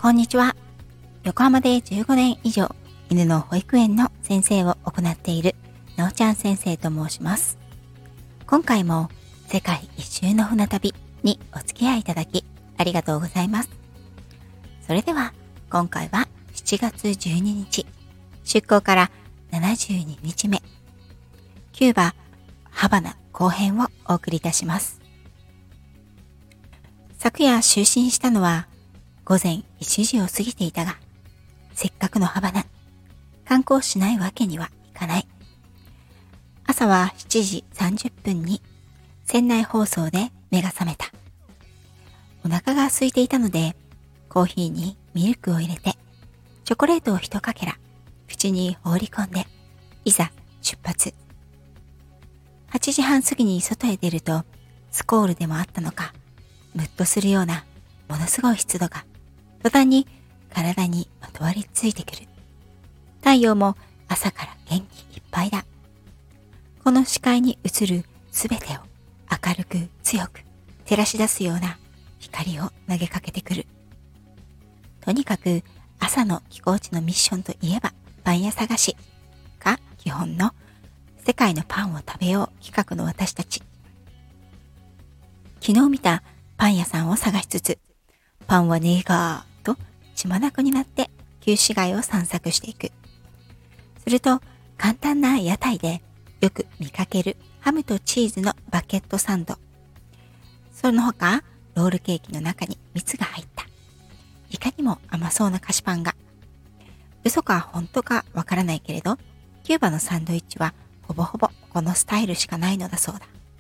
こんにちは。横浜で15年以上犬の保育園の先生を行っているなおちゃん先生と申します。今回も世界一周の船旅にお付き合いいただきありがとうございます。それでは今回は7月12日出港から72日目キューバハバナ後編をお送りいたします。昨夜就寝したのは午前1時を過ぎていたが、せっかくのハバナ、観光しないわけにはいかない。朝は7時30分に船内放送で目が覚めた。お腹が空いていたので、コーヒーにミルクを入れて、チョコレートを一かけら口に放り込んで、いざ出発。8時半過ぎに外へ出ると、スコールでもあったのか、ムッとするようなものすごい湿度が途端に体にまとわりついてくる。太陽も朝から元気いっぱいだ。この視界に映るすべてを明るく強く照らし出すような光を投げかけてくる。とにかく朝の寄港地のミッションといえばパン屋探しが基本の世界のパンを食べよう企画の私たち。昨日見たパン屋さんを探しつつ、パンはねえがーと血眼になって旧市街を散策していく。すると簡単な屋台でよく見かけるハムとチーズのバケットサンド。その他ロールケーキの中に蜜が入った。いかにも甘そうな菓子パンが。嘘か本当かわからないけれど、キューバのサンドイッチはほぼほぼこのスタイルしかないのだそうだ。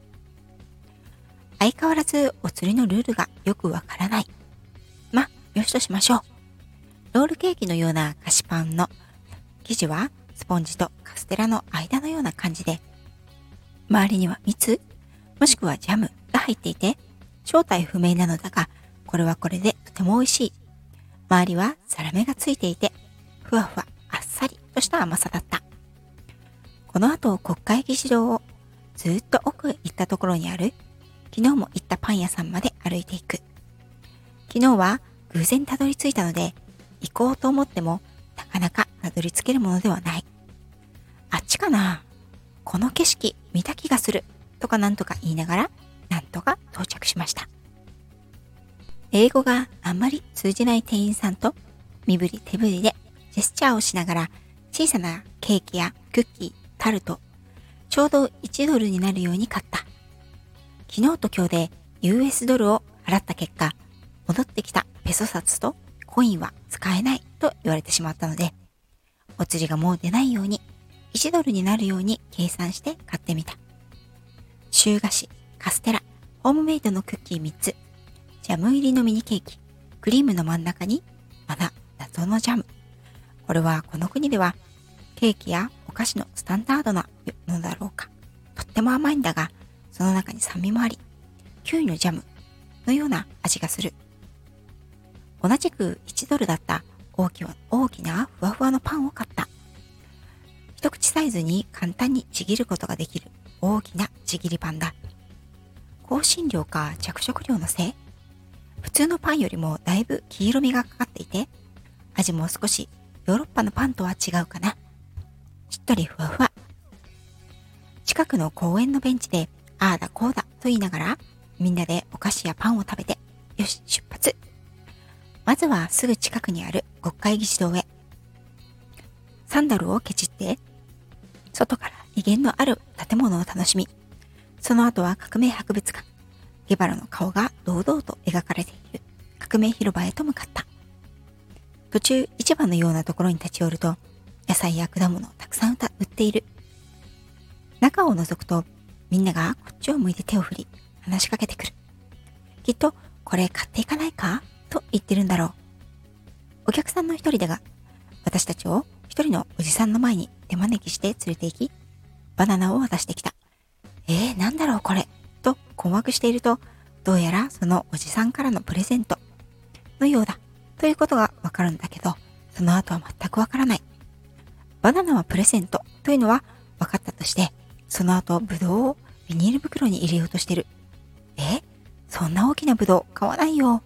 相変わらずお釣りのルールがよくわからない。ま、よしとしましょう。ロールケーキのような菓子パンの生地はスポンジとカステラの間のような感じで、周りには蜜、もしくはジャムが入っていて、正体不明なのだが、これはこれでとても美味しい。周りはザラメがついていて、ふわふわあっさりとした甘さだった。この後国会議事堂をずっと奥へ行ったところにある昨日も行ったパン屋さんまで歩いていく。昨日は偶然たどり着いたので、行こうと思ってもなかなかたどり着けるものではない。あっちかな、この景色見た気がするとかなんとか言いながらなんとか到着しました。英語があんまり通じない店員さんと身振り手振りでジェスチャーをしながら小さなケーキやクッキー、タルト、ちょうど1ドルになるように買った。昨日と今日で US ドルを払った結果、戻ってきたペソ札とコインは使えないと言われてしまったので、お釣りがもう出ないように1ドルになるように計算して買ってみた。シュー菓子、カステラ、ホームメイドのクッキー3つ、ジャム入りのミニケーキ、クリームの真ん中にまだ謎のジャム。これはこの国ではケーキやお菓子のスタンダードなのだろうか。とっても甘いんだが、その中に酸味もあり、キウイのジャムのような味がする。同じく1ドルだった大きなふわふわのパンを買った。一口サイズに簡単にちぎることができる大きなちぎりパンだ。香辛料か着色料のせい？普通のパンよりもだいぶ黄色みがかかっていて、味も少しヨーロッパのパンとは違うかな。しっとりふわふわ。近くの公園のベンチでああだこうだと言いながらみんなでお菓子やパンを食べて、よし出発。まずはすぐ近くにある国会議事堂へ。サンダルをケチって外から威厳のある建物を楽しみ、その後は革命博物館、ゲバラの顔が堂々と描かれている革命広場へと向かった。途中市場のようなところに立ち寄ると、野菜や果物をたくさん売っている。中を覗くとみんながこっちを向いて手を振り話しかけてくる。きっとこれ買っていかないかと言ってるんだろう。お客さんの一人だが、私たちを一人のおじさんの前に手招きして連れて行き、バナナを渡してきた。なんだろうこれと困惑していると、どうやらそのおじさんからのプレゼントのようだということがわかるんだけど、その後は全くわからない。バナナはプレゼントというのは分かったとして、その後ブドウをビニール袋に入れようとしてる。そんな大きなブドウ買わないよ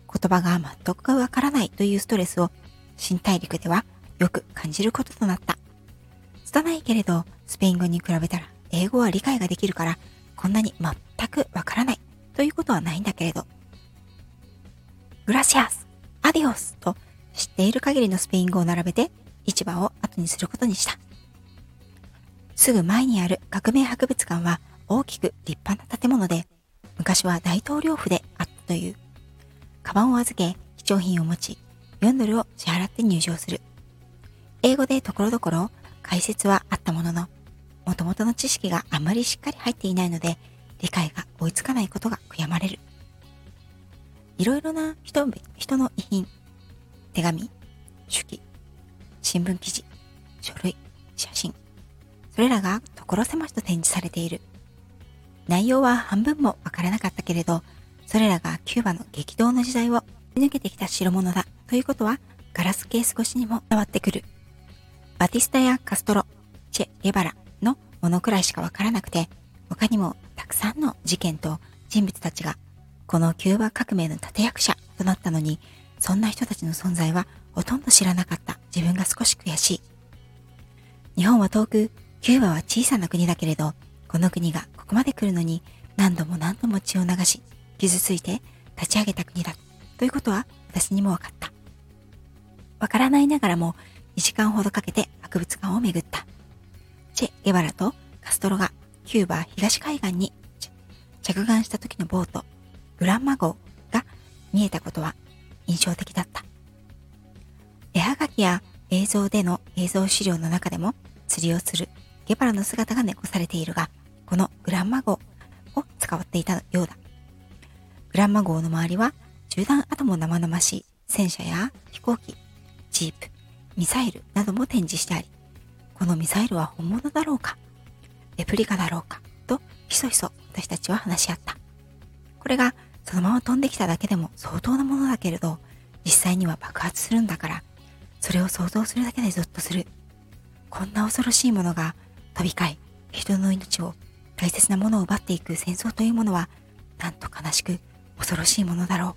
言葉が全くわからないというストレスを新大陸ではよく感じることとなった。拙いけれどスペイン語に比べたら英語は理解ができるからこんなに全くわからないということはないんだけれど、グラシアス、アディオスと知っている限りのスペイン語を並べて市場を後にすることにした。すぐ前にある革命博物館は大きく立派な建物で、昔は大統領府であったという。カバンを預け、貴重品を持ち、$4を支払って入場する。英語でところどころ解説はあったものの、元々の知識があまりしっかり入っていないので、理解が追いつかないことが悔やまれる。いろいろな人の遺品、手紙、手記、新聞記事、書類、写真、それらが所狭しと展示されている。内容は半分もわからなかったけれど、それらがキューバの激動の時代を抜けてきた代物だということはガラスケース越しにも伝わってくる。バティスタやカストロ、チェ・ゲバラのものくらいしかわからなくて、他にもたくさんの事件と人物たちがこのキューバ革命の立役者となったのに、そんな人たちの存在はほとんど知らなかった自分が少し悔しい。日本は遠く、キューバは小さな国だけれど、この国がここまで来るのに何度も何度も血を流し、傷ついて立ち上げた国だということは私にも分かった。わからないながらも2時間ほどかけて博物館を巡った。チェ・ゲバラとカストロがキューバ東海岸に着岸した時のボート、グランマ号が見えたことは印象的だった。絵はがきや映像での映像資料の中でも釣りをするゲバラの姿が残されているが、このグランマ号を使っていたようだ。グランマ号の周りは銃弾跡も生々しい戦車や飛行機、ジープ、ミサイルなども展示してあり、このミサイルは本物だろうか、レプリカだろうかとひそひそ私たちは話し合った。これがそのまま飛んできただけでも相当なものだけれど、実際には爆発するんだから、それを想像するだけでゾッとする。こんな恐ろしいものが飛び交い、人の命を、大切なものを奪っていく戦争というものは、なんと悲しく恐ろしいものだろ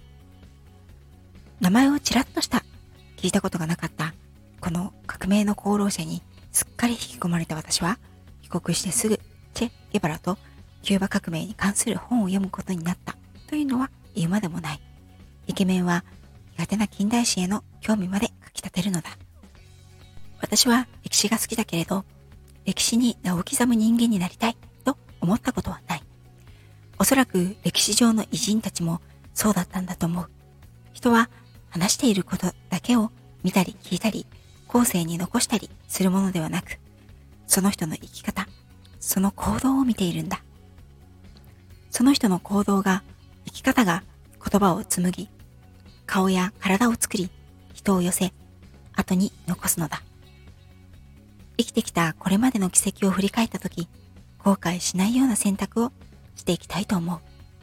う。名前をちらっとした聞いたことがなかったこの革命の功労者にすっかり引き込まれた私は、帰国してすぐチェ・ゲバラとキューバ革命に関する本を読むことになったというのは言うまでもない。イケメンは苦手な近代史への興味までかき立てるのだ。私は歴史が好きだけれど、歴史に名を刻む人間になりたいと思ったことはない。おそらく歴史上の偉人たちもそうだったんだと思う。人は話していることだけを見たり聞いたり、後世に残したりするものではなく、その人の生き方、その行動を見ているんだ。その人の行動が、生き方が言葉を紡ぎ、顔や体を作り、人を寄せ、後に残すのだ。生きてきたこれまでの軌跡を振り返ったとき、後悔しないような選択をしていきたいと思う。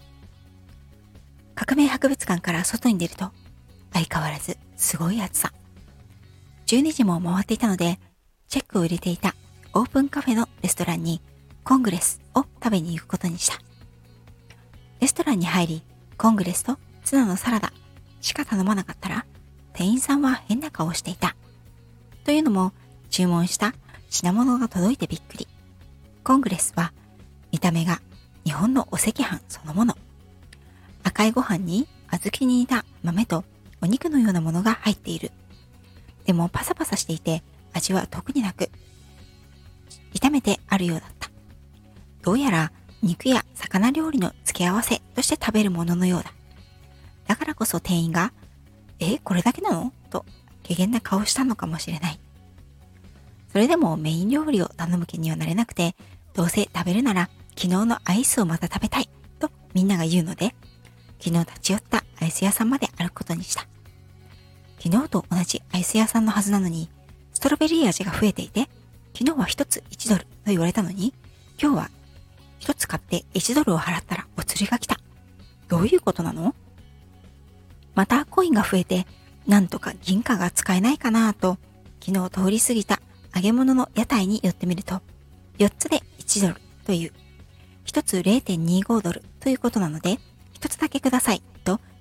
革命博物館から外に出ると、相変わらずすごい暑さ。12時も回っていたので、チェックを入れていたオープンカフェのレストランにコングレスを食べに行くことにした。レストランに入り、コングレスとツナのサラダしか頼まなかったら、店員さんは変な顔をしていた。というのも、注文した品物が届いてびっくり。コングレスは見た目が日本のお赤飯そのもの。赤いご飯に小豆に似た豆とお肉のようなものが入っている。でもパサパサしていて味は特になく、炒めてあるようだった。どうやら肉や魚料理の付け合わせとして食べるもののようだ。だからこそ店員が、これだけなのと怪訝な顔をしたのかもしれない。それでもメイン料理を頼む気にはなれなくて、どうせ食べるなら昨日のアイスをまた食べたいとみんなが言うので、昨日立ち寄ったアイス屋さんまで歩くことにした。昨日と同じアイス屋さんのはずなのに、ストロベリー味が増えていて、昨日は一つ$1と言われたのに、今日は一つ買って$1を払ったらお釣りが来た。どういうことなの？またコインが増えて、なんとか銀貨が使えないかなと、昨日通り過ぎた揚げ物の屋台に寄ってみると、4つで$1という、1つ$0.25ということなので、1つだけくださいと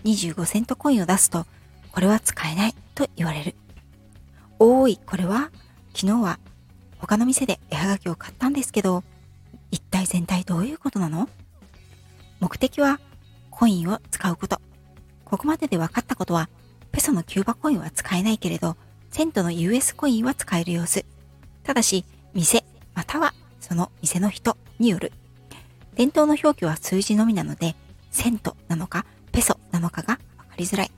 25セントコインを出すと、これは使えないと言われる。おーい、これは昨日は他の店で絵はがきを買ったんですけど、一体全体どういうことなの？目的はコインを使うこと。ここまでで分かったことは、ペソのキューバコインは使えないけれど、セントの US コインは使える様子。ただし、店またはその店の人による。伝統の表記は数字のみなので、セントなのかペソなのかが分かりづらい。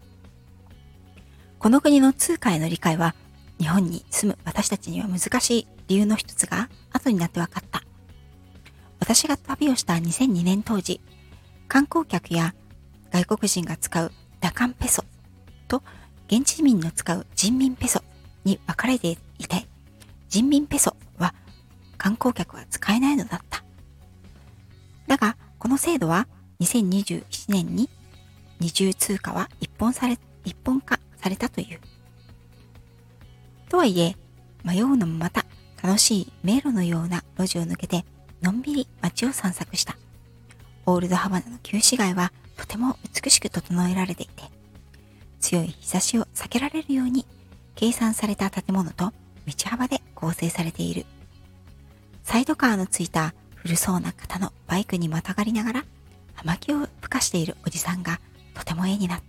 この国の通貨への理解は、日本に住む私たちには難しい理由の一つが後になって分かった。私が旅をした2002年当時、観光客や外国人が使うダカンペソと現地民の使う人民ペソに分かれていて、人民ペソは観光客は使えないのだった。だが、この制度は2021年に二重通貨は一本化されたという。とはいえ、迷うのもまた楽しい迷路のような路地を抜けて、のんびり街を散策した。オールドハバナの旧市街はとても美しく整えられていて、強い日差しを避けられるように計算された建物と道幅で構成されている。サイドカーのついた古そうな方のバイクにまたがりながら葉巻をふかしているおじさんがとても絵になった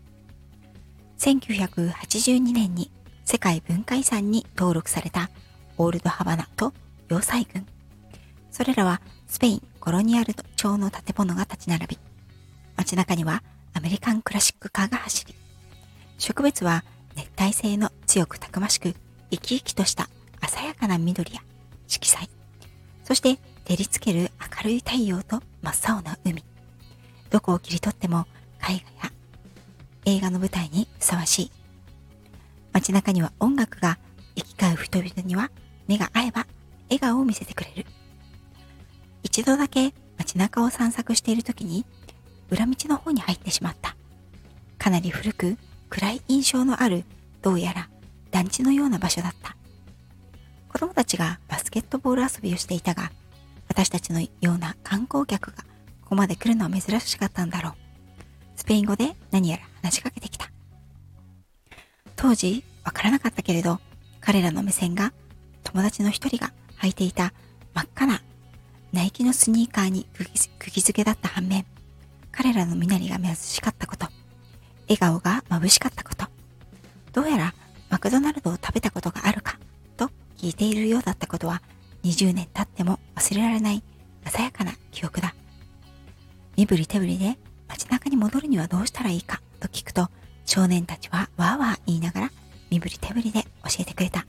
。1982年に世界文化遺産に登録されたオールドハバナと要塞群。それらはスペインコロニアル調の建物が立ち並び、街中にはアメリカンクラシックカーが走り、植物は熱帯性の強くたくましく生き生きとした鮮やかな緑や色彩、そして照りつける明るい太陽と真っ青な海。どこを切り取っても絵画や映画の舞台にふさわしい。街中には音楽が行き交う人々には目が合えば笑顔を見せてくれる。一度だけ街中を散策しているときに裏道の方に入ってしまった。かなり古く暗い印象のある、どうやら団地のような場所だった。子供たちがバスケットボール遊びをしていたが、私たちのような観光客がここまで来るのは珍しかったんだろう。スペイン語で何やら話しかけてきた。当時わからなかったけれど、彼らの目線が友達の一人が履いていた真っ赤なナイキのスニーカーに釘付けだった反面、彼らの身なりが貧しかったこと、笑顔が眩しかったこと、どうやらマクドナルドを食べたことがあるかと聞いているようだったことは、20年経っても忘れられない鮮やかな記憶だ。身振り手振りで街中に戻るにはどうしたらいいかと聞くと、少年たちはわーわー言いながら身振り手振りで教えてくれた。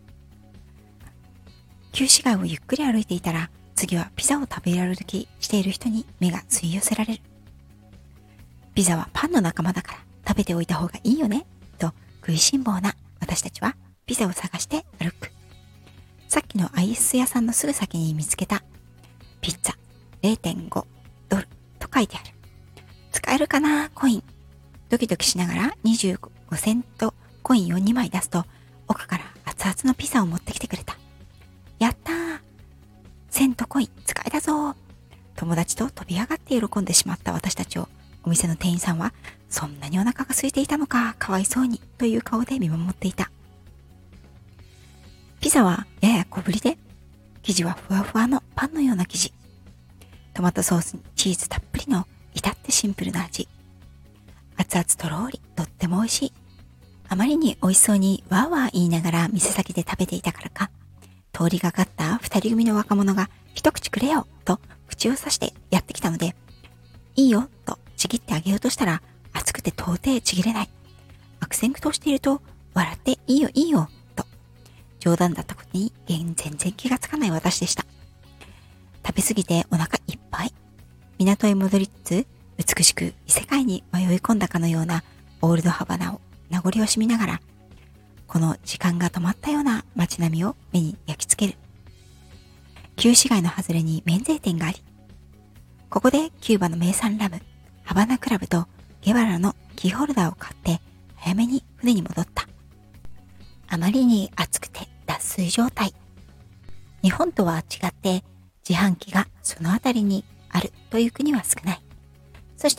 旧市街をゆっくり歩いていたら、次はピザを食べ歩きしている人に目が吸い寄せられる。ピザはパンの仲間だから食べておいた方がいいよねと食いしん坊な私たちはピザを探して歩く。さっきのアイス屋さんのすぐ先に見つけたピッツァ 0.5 ドルと書いてある。使えるかなコイン。ドキドキしながら25セントコインを2枚出すと、奥から熱々のピザを持ってきてくれた。やったー、セントコイン使えたぞー。友達と飛び上がって喜んでしまった私たちを、お店の店員さんはそんなにお腹が空いていたのか、かわいそうにという顔で見守っていた。ピザはやや小ぶりで、生地はふわふわのパンのような生地。トマトソースにチーズたっぷりの至ってシンプルな味。熱々とろーり、とっても美味しい。あまりに美味しそうにわーわー言いながら店先で食べていたからか、通りがかった二人組の若者が一口くれよと口を刺してやってきたので、いいよとちぎってあげようとしたら、熱くて到底ちぎれない。悪戦苦闘していると、笑っていいよいいよと冗談だったことに全然気がつかない私でした。食べ過ぎてお腹いっぱい。港へ戻りつつ、美しく異世界に迷い込んだかのようなオールドハバナを名残惜しみながら、この時間が止まったような街並みを目に焼き付ける。旧市街の外れに免税店があり、ここでキューバの名産ラム、ハバナクラブとゲバラのキーホルダーを買って早めに船に戻った。あまりに暑くて脱水状態。日本とは違って自販機がそのあたりにあるという国は少ない。そして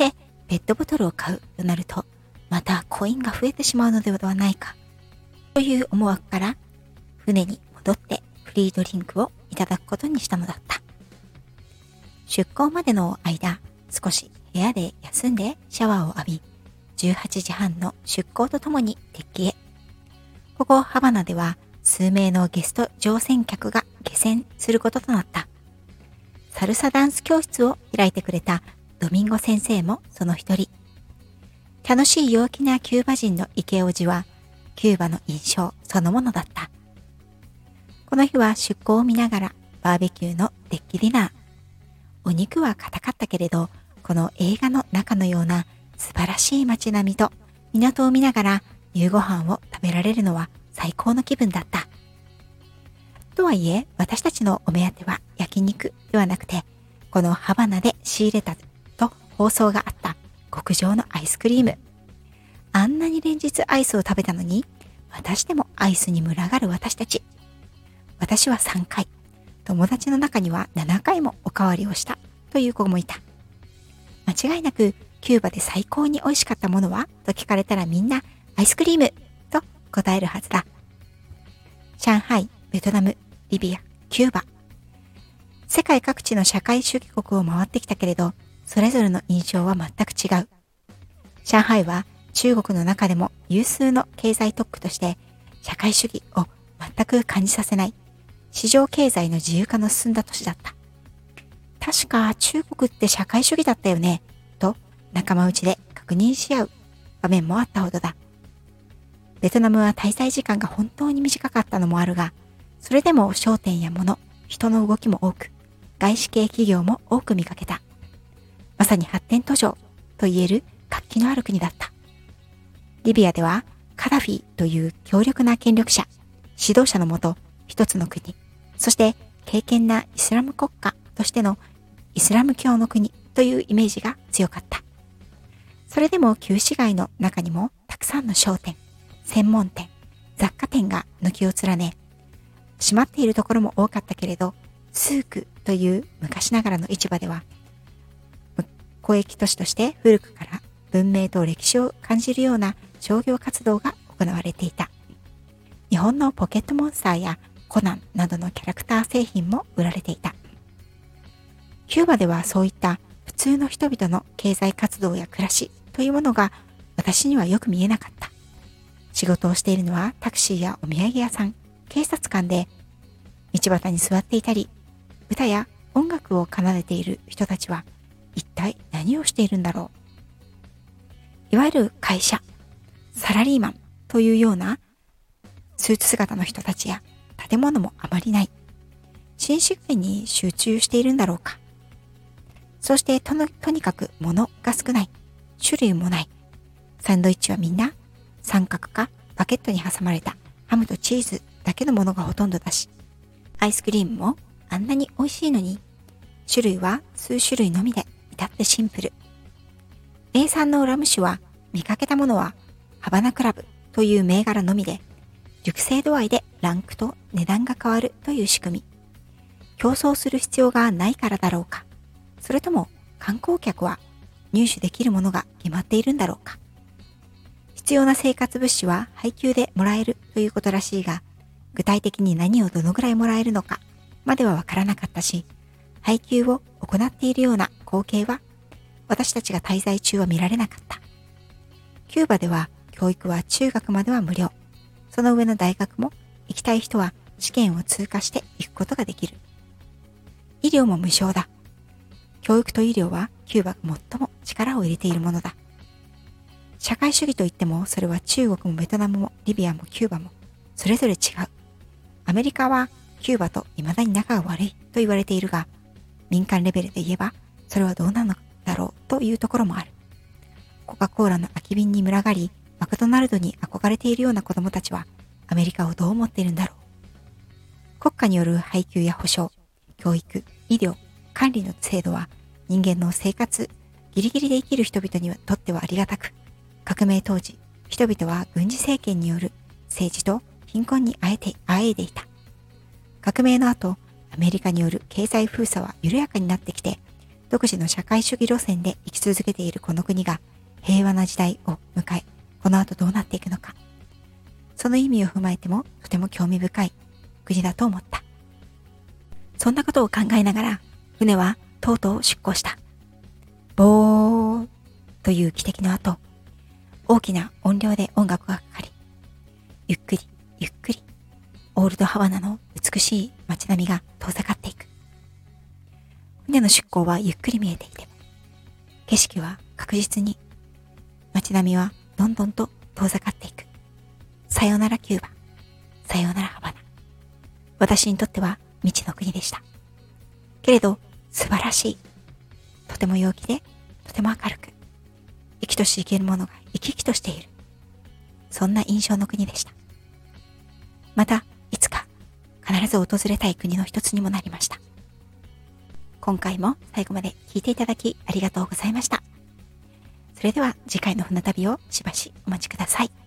ペットボトルを買うとなると、またコインが増えてしまうのではないか、という思惑から、船に戻ってフリードリンクをいただくことにしたのだった。出港までの間、少し部屋で休んでシャワーを浴び、18時半の出港とともにデッキへ。ここハバナでは数名のゲスト乗船客が下船することとなった。サルサダンス教室を開いてくれたドミンゴ先生もその一人。楽しい陽気なキューバ人のイケオジは、キューバの印象そのものだった。この日は出港を見ながらバーベキューのデッキディナー。お肉は硬かったけれど、この映画の中のような素晴らしい街並みと港を見ながら夕ご飯を食べられるのは最高の気分だった。とはいえ、私たちのお目当ては焼肉ではなくて、このハバナで仕入れたと放送があった極上のアイスクリーム。あんなに連日アイスを食べたのに、またしてもアイスに群がる私たち。私は3回、友達の中には7回もおかわりをしたという子もいた。間違いなくキューバで最高に美味しかったものはと聞かれたらみんなアイスクリームと答えるはずだ。上海、ベトナム、リビア、キューバ。世界各地の社会主義国を回ってきたけれど、それぞれの印象は全く違う。上海は中国の中でも有数の経済特区として、社会主義を全く感じさせない市場経済の自由化の進んだ都市だった。確か中国って社会主義だったよね、と仲間内で確認し合う場面もあったほどだ。ベトナムは滞在時間が本当に短かったのもあるが、それでも商店や物、人の動きも多く、外資系企業も多く見かけた。まさに発展途上と言える活気のある国だった。リビアではカダフィという強力な権力者、指導者のもと一つの国、そして敬虔なイスラム国家としてのイスラム教の国というイメージが強かった。それでも旧市街の中にもたくさんの商店、専門店、雑貨店が軒を連ね、閉まっているところも多かったけれど、スークという昔ながらの市場では、交易都市として古くから文明と歴史を感じるような商業活動が行われていた。日本のポケットモンスターやコナンなどのキャラクター製品も売られていた。キューバではそういった普通の人々の経済活動や暮らしというものが私にはよく見えなかった。仕事をしているのはタクシーやお土産屋さん、警察官で、道端に座っていたり、歌や音楽を奏でている人たちは一体何をしているんだろう。いわゆる会社、サラリーマンというようなスーツ姿の人たちや建物もあまりない。新市街に集中しているんだろうか。そしてとにかく物が少ない。種類もない。サンドイッチはみんな三角かバケットに挟まれたハムとチーズだけのものがほとんどだし、アイスクリームもあんなに美味しいのに、種類は数種類のみで至ってシンプル。名産のラム酒は見かけたものはハバナクラブという銘柄のみで、熟成度合いでランクと値段が変わるという仕組み。競争する必要がないからだろうか。それとも観光客は入手できるものが決まっているんだろうか。必要な生活物資は配給でもらえるということらしいが、具体的に何をどのぐらいもらえるのかまではわからなかったし、配給を行っているような光景は私たちが滞在中は見られなかった。キューバでは教育は中学までは無料。その上の大学も行きたい人は試験を通過して行くことができる。医療も無償だ。教育と医療はキューバが最も力を入れているものだ。社会主義といってもそれは中国もベトナムもリビアもキューバもそれぞれ違う。アメリカはキューバと未だに仲が悪いと言われているが、民間レベルで言えばそれはどうなのだろうというところもある。コカ・コーラの空き瓶に群がり、マクドナルドに憧れているような子供たちはアメリカをどう思っているんだろう。国家による配給や保障、教育、医療、管理の制度は人間の生活ギリギリで生きる人々にとってはありがたく、革命当時、人々は軍事政権による政治と貧困にあえいでいた。革命の後、アメリカによる経済封鎖は緩やかになってきて、 独自の社会主義路線で生き続けているこの国が平和な時代を迎え、この後どうなっていくのか。その意味を踏まえてもとても興味深い国だと思った。そんなことを考えながら、船はとうとう出港した。ボーという汽笛の後、大きな音量で音楽がかかり、ゆっくりゆっくりオールドハバナの美しい街並みが遠ざかっていく。船の出港はゆっくり見えていて、景色は確実に、街並みはどんどんと遠ざかっていく。さよならキューバ、さよならハバナ。私にとっては未知の国でした。けれど素晴らしい。とても陽気で、とても明るく、生きとし生けるものが生き生きとしている。そんな印象の国でした。またいつか必ず訪れたい国の一つにもなりました。今回も最後まで聞いていただきありがとうございました。それでは次回の船旅をしばしお待ちください。